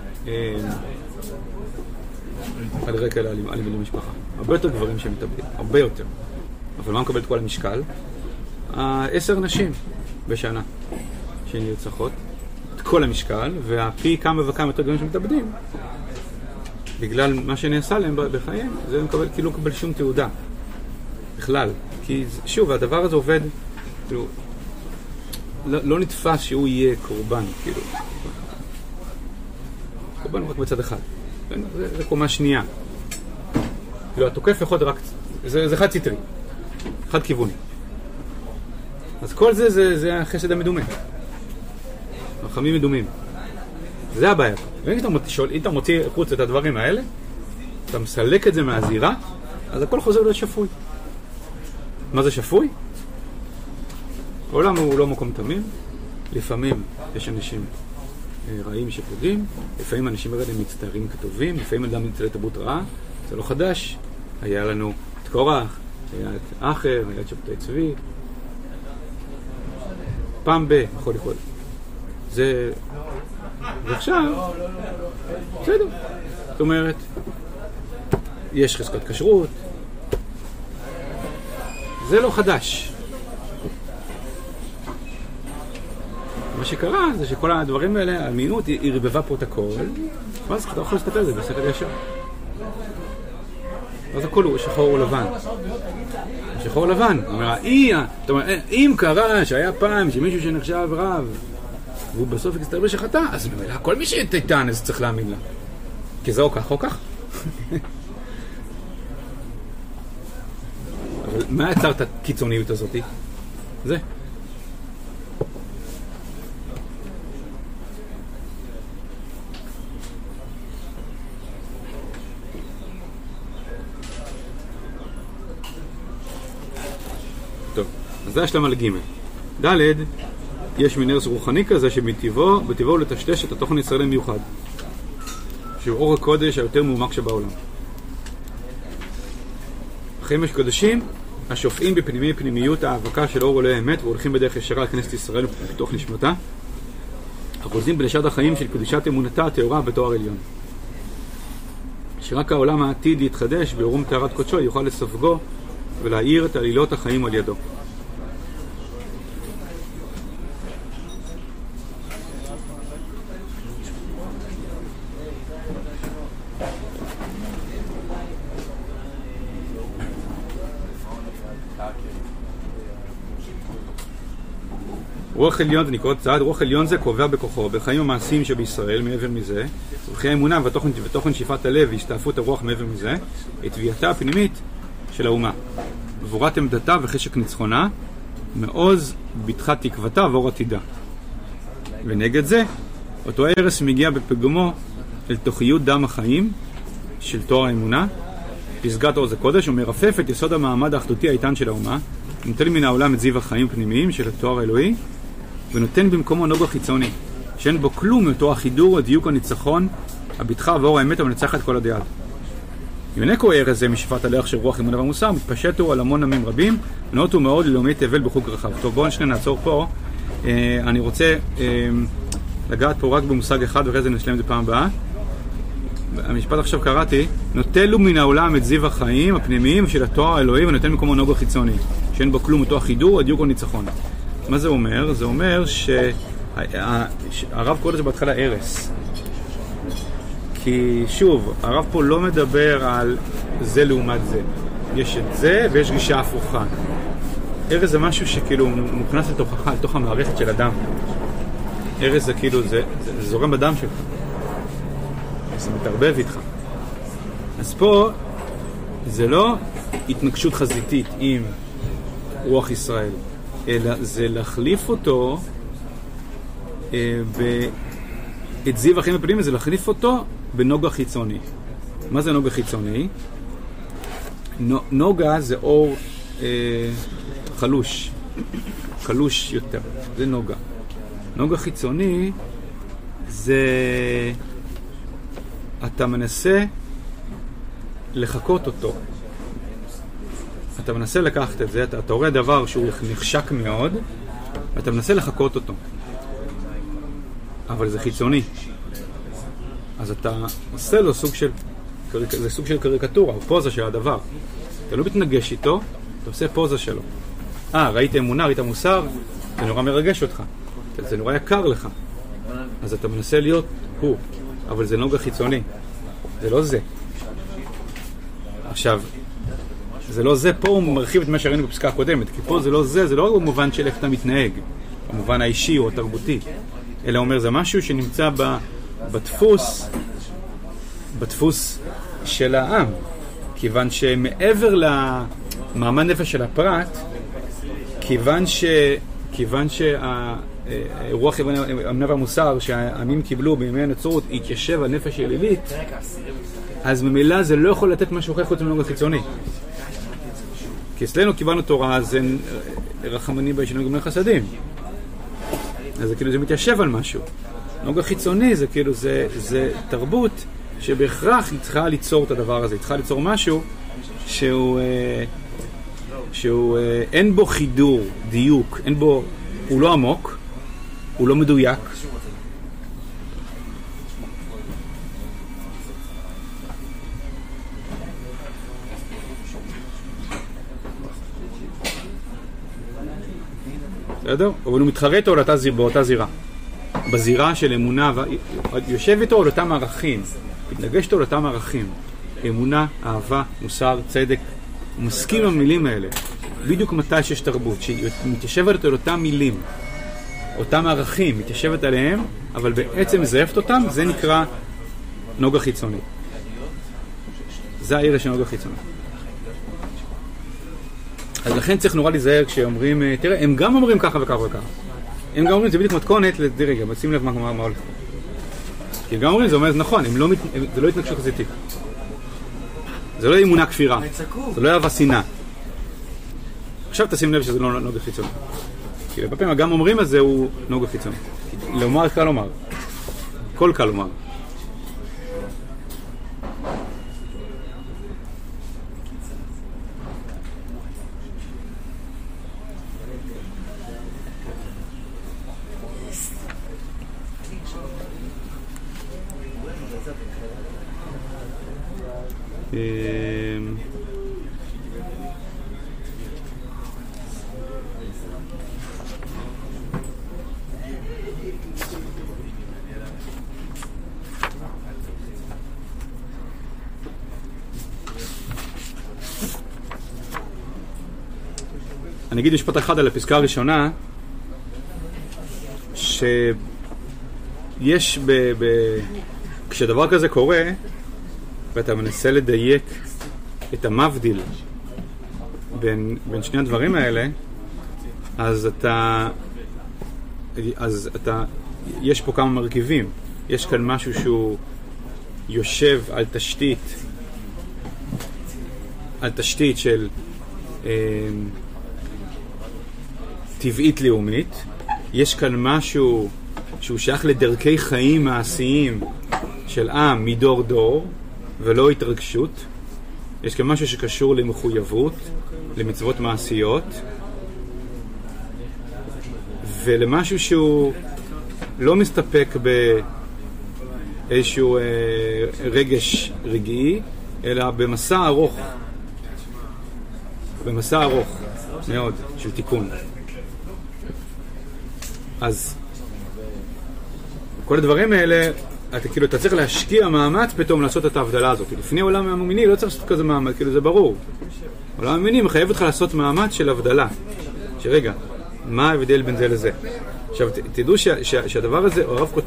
על רקע אלימות במשפחה. הרבה יותר גברים שמתאבדים, הרבה יותר. אבל מה מקבל את כל המשקל? 10 נשים בשנה שנרצחות, את כל המשקל, והפי כמה וכמה יותר גברים שמתאבדים בגלל מה שנעשה להם בחיים, זה מקבל, כאילו מקבל שום תעודה בכלל. כי שוב, הדבר הזה עובד, כאילו, לא נתפס שהוא יהיה קורבן, כאילו. קורבן הוא רק בצד אחד. זה קומה שנייה. כאילו, התוקף יכול רק, זה חד סטרי, חד כיווני. אז כל זה החסד המדומה. רחמים מדומים. זה הבעיה. אם אתה מוציא חוץ את הדברים האלה, אתה מסלק את זה מהזירה, אז הכל חוזר להיות שפוי. מה זה שפוי? העולם הוא לא מקום תמים. לפעמים יש אנשים רעים שפוגעים, לפעמים אנשים האלה מצטערים כטובים, לפעמים אדם נצא לתרבות רעה. זה לא חדש. היה לנו את קורח, היה את אחר, היה את שבתאי צבי. פעם יכול לקרות. זה... ועכשיו, בסדר. זאת אומרת, יש חזקת כשרות. זה לא חדש. מה שקרה זה שכל הדברים האלה, האמינות, היא רבבה פה את הכל, ואז אתה יכול להסתכל על זה בשכל ישר. אז הכל הוא שחור או לבן. שחור או לבן. זאת אומרת, אם קרה שהיה פעם שמישהו שנחשב רב, והוא בסוף יצטרב שחטא, אז ממילא כל מי שתיתן אז צריך להאמין לה. כי זה או כך או כך. אבל מה יצר את הקיצוניות הזאת? זה. טוב, אז זה השלמה לג' ד' יש מין ערס רוחני כזה שבטבעו לטשטש את התוכן הישראלי מיוחד, שהוא אור הקודש היותר מעומק שבעולם. חמש קודשים השופעים בפנימיות האבקה של אור עולי האמת והולכים בדרך ישרה לכנסת ישראל בתוך נשמתה, אחוזים בלשד החיים של קדושת אמונתה הטהורה בתואר עליון, שרק העולם העתיד להתחדש באורום טהרת קודשו יוכל לספגו ולהאיר את עלילות החיים על ידו. רוח עליון, זה נקרא צעד, רוח עליון זה קובע בכוחו, בחיים המעשיים שבישראל, מעבר מזה, ובחיי האמונה ותוכן שאיפת הלב והשתעפות הרוח מעבר מזה, את תביעתה הפנימית של האומה. גבורת עמדתה וחשק ניצחונה, מעוז ביטחת תקוותה ואור עתידה. ונגד זה, אותו ערס מגיע בפגמו אל תוכיות דם החיים של תואר האמונה, פסגת אור זה קודש, ומרפף את יסוד המעמד האחדותי האיתן של האומה, נוטל מן העולם את זיו החיים פנימיים של התואר האלוהי, ונותן במקומו נוגה חיצוני, שאין בו כלום מאותו החידור, הדיוק, הניצחון, הביטחה ואור האמת המנצחת כל הדעת. אם נקו ערס זה משפט הלך של רוח אמונה ומוסר, מתפשט הוא על המון עמים רבים, נאותו מאוד ללאומי תבל בחוג רחב. טוב, בואו נעצור פה. אני רוצה לגעת פה רק במושג אחד, ואחרי זה נשלם את זה פעם הבאה. המשפט עכשיו קראתי, נוטלו מן העולם את זיו החיים הפנימיים של התואר האלוהי, ונותן מקומו נוגה חיצוני, שאין בו כלום אותו החידור, הדיוק או ניצחון. מה זה אומר? זה אומר שהרב קורא לזה בהתחלה ערס. כי שוב, הרב פה לא מדבר על זה לעומת זה. יש את זה ויש גישה הפוכה. ערס זה משהו שכאילו מוכנס לתוך המערכת של אדם. ארז זה כאילו, זה זורם בדם שלך. זה מתערבב איתך. אז פה זה לא התנגשות חזיתית עם רוח ישראל, אלא זה להחליף אותו את זיו החיים הפנימיים, זה להחליף אותו בנוגה חיצוני. מה זה נוגה חיצוני? נוגה זה אור חלוש, חלוש יותר, זה נוגה. נוגה חיצוני זה אתה מנסה לחקות אותו. אתה מנסה לקחת את זה, אתה רואה דבר שהוא נחשק מאוד, ואתה מנסה לחקות אותו. אבל זה חיצוני. אז אתה עושה לו סוג של, זה סוג של קריקטורה, או פוזה של הדבר. אתה לא מתנגש איתו, אתה עושה פוזה שלו. ראית אמונה, ראית מוסר, זה נורא מרגש אותך. זה נורא יקר לך. אז אתה מנסה להיות הוא, אבל זה נוגה חיצוני. זה לא זה. עכשיו, זה לא זה, פה הוא מרחיב את מה שראינו בפסקה הקודמת, כי פה זה לא זה, זה לא רק במובן של איך אתה מתנהג, במובן האישי או התרבותי, אלא אומר, זה משהו שנמצא בדפוס של העם, כיוון שמעבר למעמד נפש של הפרט, כיוון שהרוח אמונה והמוסר שהעמים קיבלו בימי הנצרות התיישב על נפש אלילית, אז ממילא זה לא יכול לתת משהו אחר חוץ מנוגה חיצוני. כי אצלנו קיבלנו תורה, זה רחמני בישנו גמלי חסדים. אז זה כאילו זה מתיישב על משהו. נוגה חיצוני זה כאילו זה תרבות שבהכרח היא צריכה ליצור את הדבר הזה. היא צריכה ליצור משהו שהוא אין בו חידור, דיוק, אין בו, הוא לא עמוק, הוא לא מדויק. בסדר? אבל הוא מתחרט באותה זירה. בזירה של אמונה, יושב איתו על אותם ערכים, מתנגש איתו על אותם ערכים. אמונה, אהבה, מוסר, צדק. הוא מסכים עם המילים האלה. בדיוק מתי שיש תרבות, שמתיישבת על אותם מילים, אותם ערכים, מתיישבת עליהם, אבל בעצם מזייפת אותם, זה נקרא נוגה חיצוני. זה העיר של נוגה חיצוני. אז לכן צריך נורא להיזהר כשאומרים, תראה, הם גם אומרים ככה וככה וככה. הם גם אומרים, זה בדיוק מתכונת, רגע, שים לב מה הולך. כי הם גם אומרים, זה אומר, זה נכון, זה לא התנגשות חזיתית. זה לא אמונה כפירה, זה לא אהבה שנאה. עכשיו תשים לב שזה לא נוגה חיצוני. כי בפעמים גם אומרים את זה הוא נוגה חיצוני. לומר קל לומר. כל קל לומר. אני אגיד משפט אחד על הפסקה הראשונה, שיש כשדבר כזה קורה, ואתה מנסה לדייק את המבדיל בין שני הדברים האלה, אז יש פה כמה מרכיבים. יש כאן משהו שהוא יושב על תשתית של טבעית לאומית. יש כאן משהו שהוא שייך לדרכי חיים מעשיים של עם מדור דור ולא התרגשות. יש כאן משהו שקשור למחויבות, למצוות מעשיות, ולמשהו שהוא לא מסתפק באיזשהו רגש רגעי, אלא במסע ארוך מאוד של תיקון. אז כל הדברים האלה, אתה צריך להשקיע מאמץ פתאום לעשות את ההבדלה הזאת. לפני העולם המאמיני לא צריך לעשות כזה מאמץ, כאילו זה ברור. העולם המאמיני מחייב אותך לעשות מאמץ של הבדלה. שרגע, מה ההבדל בין זה לזה? עכשיו, תדעו שהדבר הזה,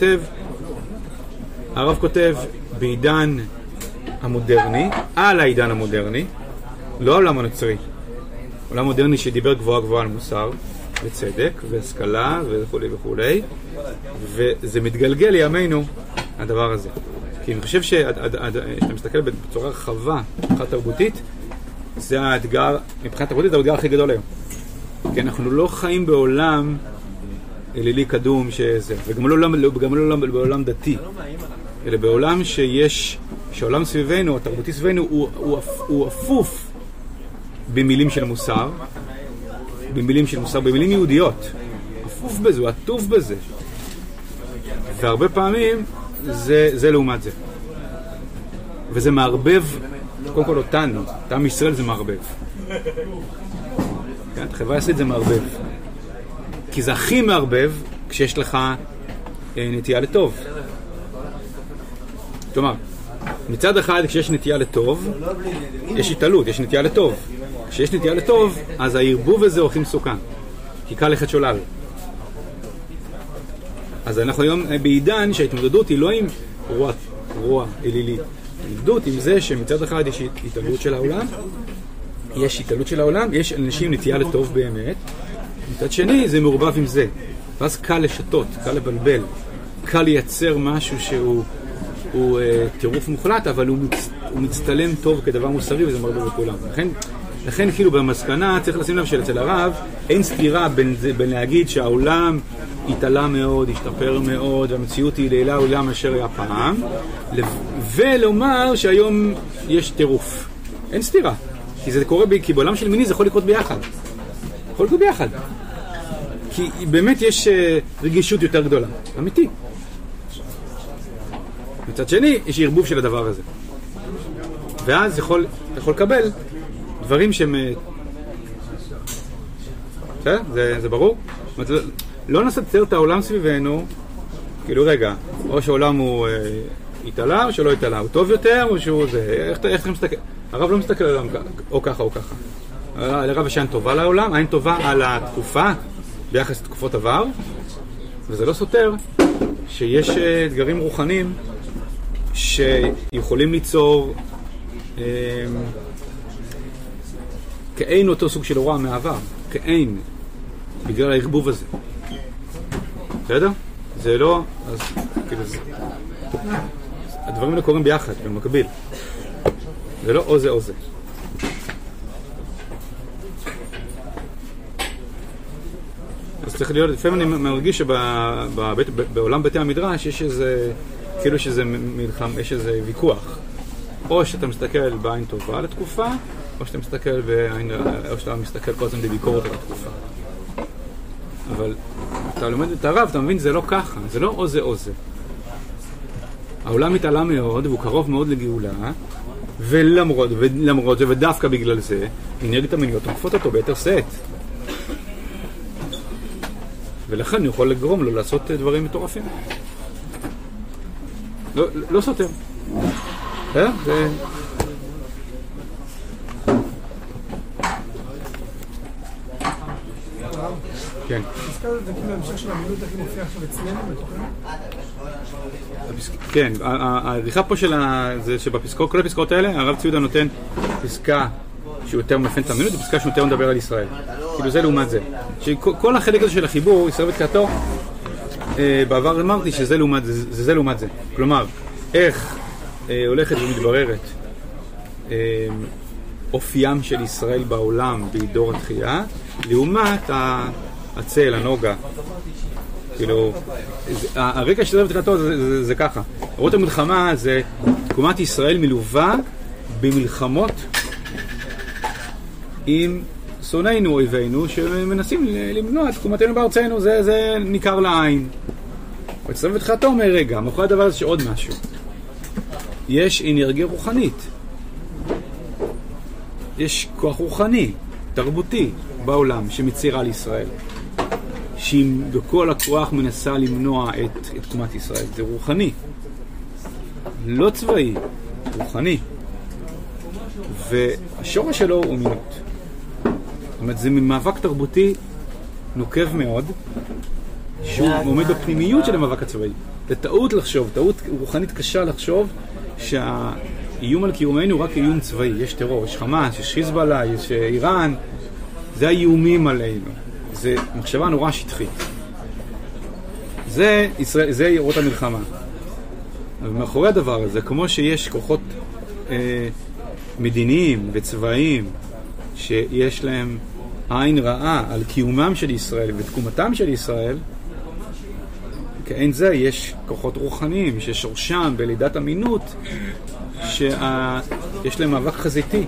הרב כותב בעידן המודרני, על העידן המודרני, לא העולם הנוצרי. עולם מודרני שדיבר גבוהה על מוסר, וצדק, והשכלה, וכו' וכו'. וזה מתגלגל לימינו, הדבר הזה. כי אני חושב שאתה מסתכל בצורה רחבה, מבחינה תרבותית, זה האתגר, מבחינה תרבותית, האתגר הכי גדול היום. כי אנחנו לא חיים בעולם אלילי קדום שזה, וגם לא בעולם דתי, אלא בעולם שהעולם סביבנו, התרבותי סביבנו, הוא אפוף במילים של מוסר, במילים יהודיות. אפוף בזה, הוא עטוף בזה. והרבה פעמים זה לעומת זה. וזה מערבב, קודם כל אותנו, עם ישראל זה מערבב. כן, החברה הישראלית זה מערבב. כי זה הכי מערבב כשיש לך נטייה לטוב. כלומר, מצד אחד כשיש נטייה לטוב, יש התעלות, יש נטייה לטוב. כשיש נטייה לטוב, אז הערבוב הזה הוא הכי מסוכן. כי קל לכת שולל. אז אנחנו היום בעידן שההתמודדות היא לא עם רוע אלילית. ההתמודדות עם זה שמצד אחד יש התעלות של העולם, יש אנשים נטייה לטוב באמת. מצד שני זה מעורבב עם זה. ואז קל לשתות, קל לבלבל, קל לייצר משהו שהוא טירוף מוחלט, אבל הוא מצטלם טוב כדבר מוסרי, וזה מרבה בכולם. לכן כאילו במסקנה צריך לשים לב שאצל הרב אין סתירה בין להגיד שהעולם התעלה מאוד, השתפר מאוד, והמציאות היא לילה עולם אשר היה פעם, ולומר שהיום יש טירוף. אין סתירה. כי זה קורה, כי בעולם של מיני זה יכול לקרות ביחד. כי באמת יש רגישות יותר גדולה. אמיתי. מצד שני, יש ערבוב של הדבר הזה. ואז אתה יכול לקבל דברים שהם... זה ברור? זאת אומרת, לא נסתר את העולם סביבנו, כאילו רגע, או שהעולם הוא התעלה או שלא התעלה, הוא טוב יותר או שהוא זה, איך אתה מסתכל? הרב לא מסתכל על העולם או ככה או ככה. לרב יש עין טובה לעולם, עין טובה על התקופה ביחס לתקופות עבר, וזה לא סותר שיש אתגרים רוחניים שיכולים ליצור כאין אותו סוג של רוע מהעבר, כאין, בגלל הערבוב הזה. בסדר? זה לא, אז כאילו זה... הדברים האלה קורים ביחד, במקביל. זה לא או זה או זה. אז צריך להיות, לפעמים אני מרגיש שבעולם בתי המדרש יש איזה, כאילו שזה מלחם, יש איזה ויכוח. או שאתה מסתכל בעין טובה לתקופה, או שאתה מסתכל בעין, או שאתה מסתכל כל הזמן בביקורת על התקופה. אבל אתה לומד את הרב, אתה מבין, זה לא ככה, זה לא או זה או זה. העולם מתעלה מאוד, והוא קרוב מאוד לגאולה, ולמרות זה, ודווקא בגלל זה, אנרגיות המיניות תוקפות אותו ביתר שאת. ולכן אני יכול לגרום לו לעשות דברים מטורפים. לא סותר. זה... כן. הפסקה זה כאילו המשך של המילות הכי מופיע עכשיו אצלנו בתוכנו? כן, העריכה פה זה שבפסקאות, כל הפסקאות האלה, הרב ציודה נותן פסקה שהוא יותר מפן את המילות, ופסקה שהוא יותר מדבר על ישראל. כאילו זה לעומת זה. שכל החלק הזה של החיבור, ישראל ותקעתו, בעבר אמרתי שזה לעומת זה. כלומר, איך הולכת ומתבררת אופיים של ישראל בעולם בעידור התחייה, לעומת הצל, הנוגה. כאילו, הרקע של זה ותקעתו זה ככה. רות המלחמה זה תקומת ישראל מלווה במלחמות עם שונאינו, אויבינו, שמנסים למנוע את תקומתנו בארצנו, זה ניכר לעין. וצריך ותחתו אומר, רגע, מאחורי הדבר הזה שעוד משהו. יש אנרגיה רוחנית. יש כוח רוחני, תרבותי, בעולם, שמצירה לישראל. שהיא בכל הכוח מנסה למנוע את תקומת ישראל. זה רוחני. לא צבאי, רוחני. והשורש שלו הוא מינות. זאת אומרת, זה ממאבק תרבותי נוקב מאוד, שהוא עומד בפנימיות של המאבק הצבאי. זה טעות לחשוב, טעות רוחנית קשה לחשוב שהאיום על קיומנו הוא רק איום צבאי. יש טרור, יש חמאס, יש חיזבאללה, יש איראן. זה האיומים עלינו. זה מחשבה נורא שטחית. זה ירות המלחמה. אבל מאחורי הדבר הזה, כמו שיש כוחות מדיניים וצבאיים שיש להם עין רעה על קיומם של ישראל ותקומתם של ישראל, כאין זה יש כוחות רוחניים ששורשם בלידת אמינות שיש להם מאבק חזיתי.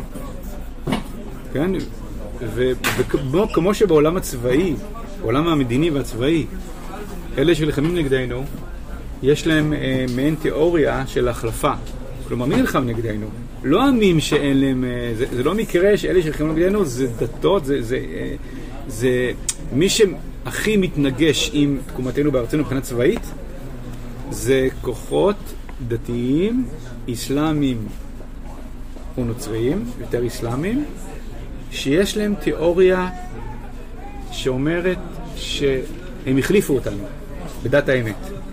כן? וכמו שבעולם הצבאי, בעולם המדיני והצבאי, אלה שלחמים נגדנו, יש להם מעין תיאוריה של החלפה. כלומר, מי נלחם נגדנו? לא עמים שאין להם, זה לא מקרה שאלה שלחמים נגדנו, זה דתות, זה מי שהכי מתנגש עם תקומתנו בארצנו מבחינה צבאית, זה כוחות דתיים, איסלאמיים או נוצריים, יותר איסלאמיים, שיש להם תיאוריה שאומרת שהם החליפו אותנו בדת האמת.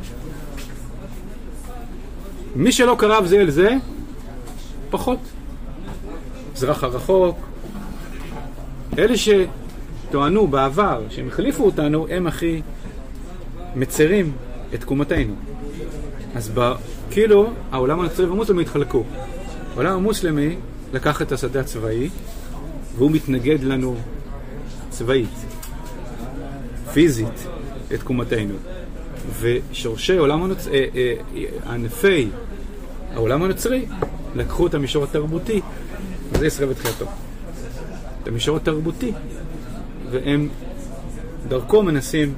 מי שלא קרב זה אל זה, פחות. מזרח הרחוק. אלה שטוענו בעבר שהם החליפו אותנו, הם הכי מצרים את תקומתנו. אז כאילו העולם הנוצרי והמוסלמי התחלקו. העולם המוסלמי לקח את השדה הצבאי, והוא מתנגד לנו צבאית, פיזית, את תקומתנו. ושורשי ענפי העולם הנוצרי לקחו את המישור התרבותי, וזה ישראל בתחילתו. את המישור התרבותי, והם דרכו מנסים,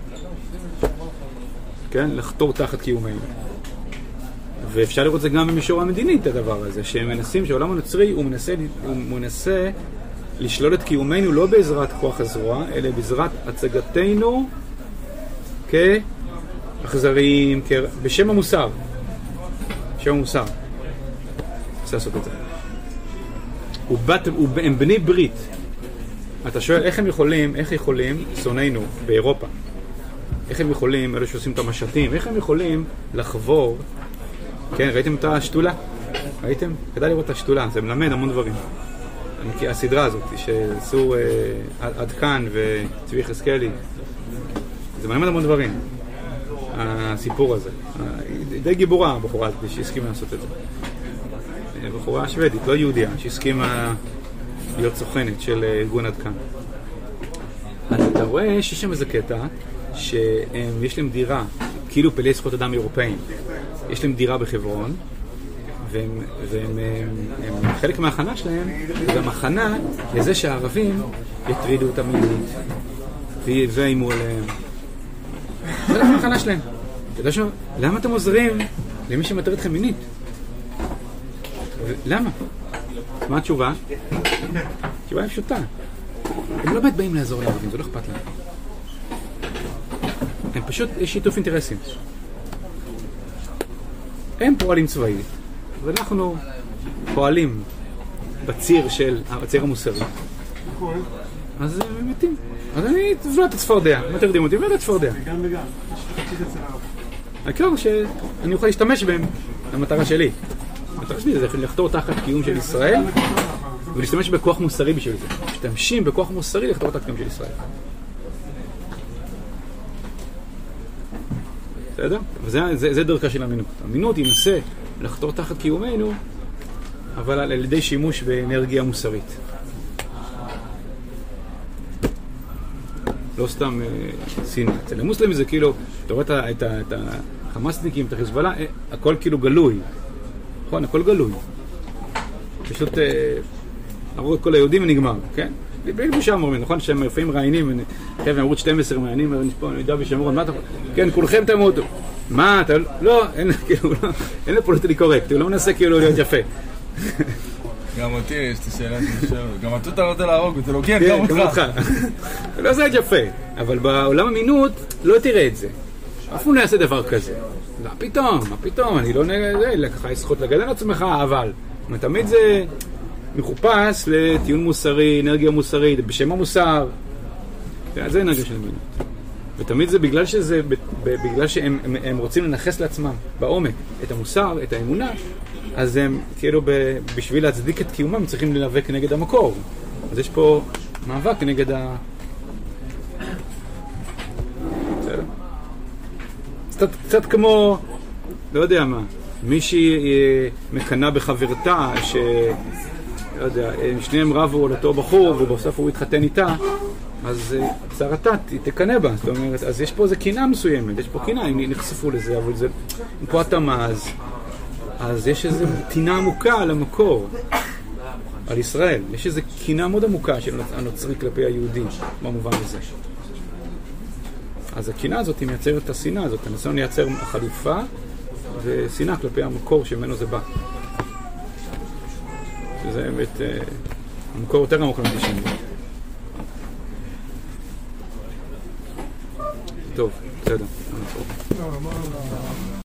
כן, לחתור תחת קיומנו. ואפשר לראות זה גם במישור המדיני, את הדבר הזה, שהם מנסים, שהעולם הנוצרי הוא מנסה לשלול את קיומנו לא בעזרת כוח הזרוע, אלא בעזרת הצגתנו כאכזריים, בשם המוסר. בשם המוסר. רוצה לעשות את זה. הם בני ברית. אתה שואל איך יכולים, שונאינו באירופה, איך הם יכולים, אלה שעושים את המשטים, איך הם יכולים לחבור, כן, ראיתם את השתולה? ראיתם? כדאי לראות את השתולה, זה מלמד המון דברים. הסדרה הזאת, שעשו עד כאן וצבי חזקאלי, זה מלמד המון דברים, הסיפור הזה. די גיבורה הבחורה הזאת שהסכימה לעשות את זה. בחורה שוודית, לא יהודיה, שהסכימה להיות סוכנת של ארגון עד כאן. אז אתה רואה שיש שם איזה קטע שיש להם דירה, כאילו פעילי זכויות אדם אירופאים, יש להם דירה בחברון, והם חלק מההכנה שלהם, גם הכנה לזה שהערבים יטרידו אותם מינית ויאיימו עליהם. זה לא ההכנה שלהם. למה אתם עוזרים למי שמטריד אתכם מינית? למה? מה התשובה? התשובה היא פשוטה. הם לא באמת באים לעזור לערבים, זה לא אכפת להם. הם פשוט, יש שיתוף אינטרסים. הם פועלים צבאית, ואנחנו פועלים בציר המוסרי. אז הם מתים. אז אני תבלע את הצפרדע. מה תרדים אותי? תבלע את הצפרדע. גם וגם. העיקר שאני אוכל להשתמש בהם למטרה שלי. המטרה שלי זה לחתור תחת קיום של ישראל, ולהשתמש בכוח מוסרי בשביל זה. משתמשים בכוח מוסרי לחתור תחת קיום של ישראל. בסדר? וזה דרכה של אמינות. אמינות ינסה לחתור תחת קיומנו, אבל על ידי שימוש באנרגיה מוסרית. לא סתם סינא. אצל המוסלמים זה כאילו, אתה רואה את החמאסניקים, את החיזבאללה, הכל כאילו גלוי. נכון, הכל גלוי. פשוט אמרו את כל היהודים ונגמר, כן? בלי בושה אמורים, נכון? שהם לפעמים רעיינים, חבר'ה, ערוץ 12 מעיינים, אני יודע ושמורות, מה אתה... כן, כולכם תמותו. מה, אתה... לא, אין לו פוליטיקלי קורקט, הוא לא מנסה כאילו להיות יפה. גם אותי יש את השאלה שמשאר, גם אתה רוצה להרוג, אתה לא, כן, גם אותך. לא זה יפה, אבל בעולם אמינות לא תראה את זה. אף הוא לא יעשה דבר כזה. לא, פתאום, אני לא נגד, ככה יש זכות לגדל עצמך, אבל תמיד זה מחופש לטיעון מוסרי, אנרגיה מוסרית, בשם המוסר. זה אנרגיה של אמינות. ותמיד זה בגלל שזה, בגלל שהם רוצים לנחס לעצמם בעומק את המוסר, את האמונה, אז הם כאילו בשביל להצדיק את קיומם הם צריכים להיאבק נגד המקור. אז יש פה מאבק נגד קצת כמו, לא יודע מה, מישהי מקנה בחברתה לא יודע, שניהם רבו על אותו בחור ובסוף הוא התחתן איתה, אז צרתה תקנה בה. זאת אומרת, אז יש פה איזו קינה מסוימת, יש פה קינה, הם נחשפו לזה, אבל זה פה התאמה, אז יש איזו טינה עמוקה על המקור, על ישראל. יש איזו קינה מאוד עמוקה של הנוצרי כלפי היהודי, במובן הזה. אז הקינה הזאת היא מייצרת את השנאה הזאת, הניסיון לייצר חלופה ושנאה כלפי המקור שממנו זה בא. שזה באמת המקור יותר עמוק לאנטישמיות. טוב, בסדר.